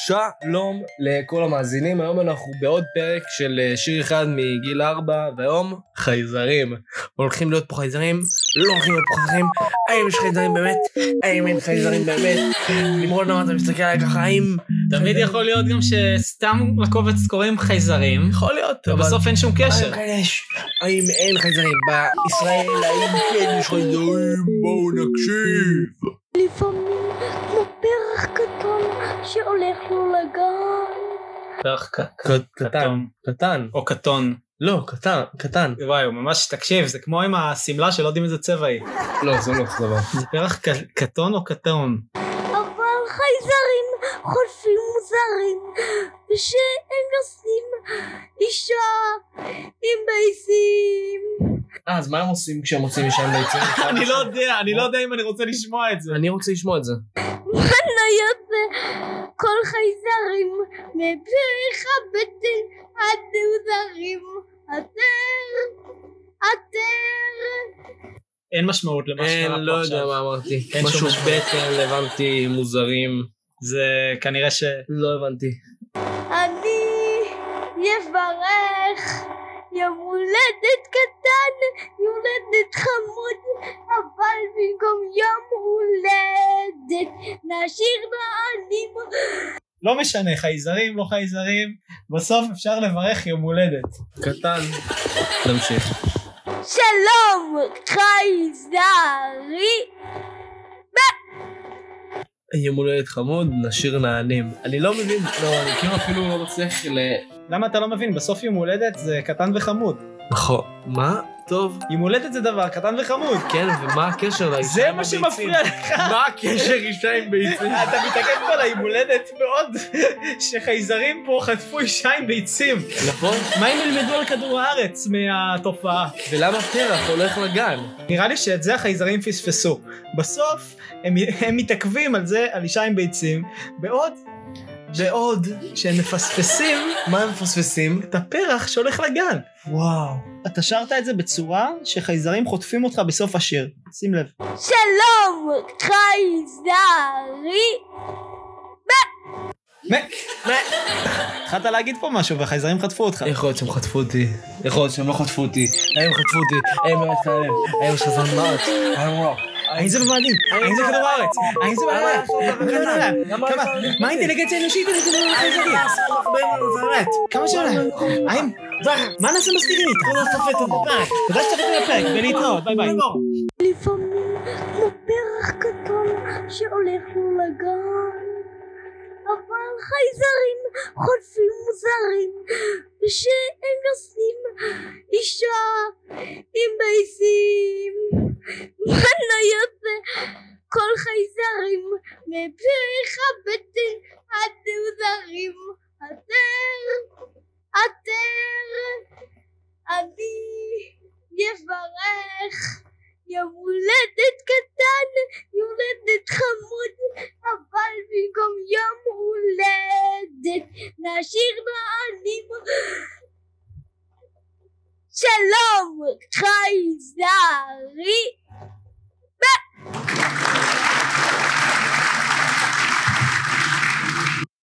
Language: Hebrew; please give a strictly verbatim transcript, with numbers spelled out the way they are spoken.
שלום לכל המאזינים, היום אנחנו בעוד פרק של שיר אחד מגיל ארבע, והיום חייזרים. הולכים להיות פה חייזרים? לא הולכים להיות פה חייזרים? האם יש חייזרים באמת? האם אין חייזרים באמת? נמרוד, למה אתה מסתכל עליי ככה? האם... תמיד יכול להיות גם שסתם לקובץ קוראים חייזרים. יכול להיות, אבל בסוף אין שום קשר. האם אין חייזרים? בישראל, האם כן יש חייזרים? בואו נקשיב. לפעמים כמו פרח קטן שהולך לו לגן. פרח קטן, קטן. או קטון. לא, קטן, קטן. וואי, הוא ממש, תקשיב, זה כמו עם הסמלה שלא יודעים איזה צבע היא. לא, זה לא צבע. זה פרח קטון או קטון? אבל חייזרים חולפים מוזרים, ושהם יוצאים אישה עם ביצים. אה, אז מה הם עושים כשהם מוצאים אישה עם ביצים? אני לא יודע, אני לא יודע אם אני רוצה לשמוע את זה. אני רוצה לשמוע את זה. מה לא יוצא? כל חייזרים מפרח הבטן עד מוזרים. עטר, עטר. אין משמעות למה שקרה פה עכשיו. אין, לא יודע מה אמרתי. אין משהו שום משמעות. בטן, הבנתי, מוזרים. זה כנראה ש... לא הבנתי. אני יברך יום הולדת קטן, יום הולדת חמוד, אבל במקום יום הולדת נשאיר נעלים. לא משנה, חייזרים, לא חייזרים, בסוף אפשר לברך יום הולדת. קטן. נמשיך. שלום חייזרי. יום הולדת חמוד, נשיר נענים. אני לא מבין, לא, אני כאילו אפילו לא מצליח ל... למה אתה לא מבין? בסוף יום הולדת זה קטן וחמוד. נכון. מה? טוב. יום הולדת זה דבר קטן וחמוד. כן, ומה הקשר לאישה זה עם מה הביצים? שמפריע לך. מה הקשר אישה עם ביצים? אתה מתעכב פה ליום הולדת מאוד שחייזרים פה חטפו אישה עם ביצים. נכון? מה אם ילמדו על כדור הארץ מהתופעה? ולמה פרח הולך לגן? נראה לי שאת זה החייזרים פספסו. בסוף הם, הם מתעכבים על זה, על אישה עם ביצים, בעוד, בעוד שהם מפספסים מה הם מפספסים? את הפרח שהולך לגן. וואו. אתה שרת את זה בצורה שחייזרים חוטפים אותך בסוף השיר. שים לב. שלום חייזרי. מה? מה? התחלת להגיד פה משהו והחייזרים חטפו אותך. יכול להיות שהם חטפו אותי. יכול להיות שהם לא חטפו אותי. הם חטפו אותי. הם באמת כאלה. הם שזן בארץ. הם לא. האם זה במאדים? האם זה כדור הארץ? האם זה במאדים? מה האינטליגנציה האנושית לכדור החייזרים? כמה שעולה? האם? מה נעשה מסתירים איתה? תודה שצפתם בפרק ולהתראות, ביי ביי. לפעמים כמו פרח קטן שהולך לו לגן, אבל חייזרים חולפים מוזרים, ושהם יוצאים אישה עם ביצים. מה לא יוצא? כל חייזרים מפרח הבטן עד מוזרים. עטר, עטר. אני יברך יום הולדת קטן, יום הולדת חמוד, אבל במקום יום הולדת נשאיר נעלים. שלום חייזרי.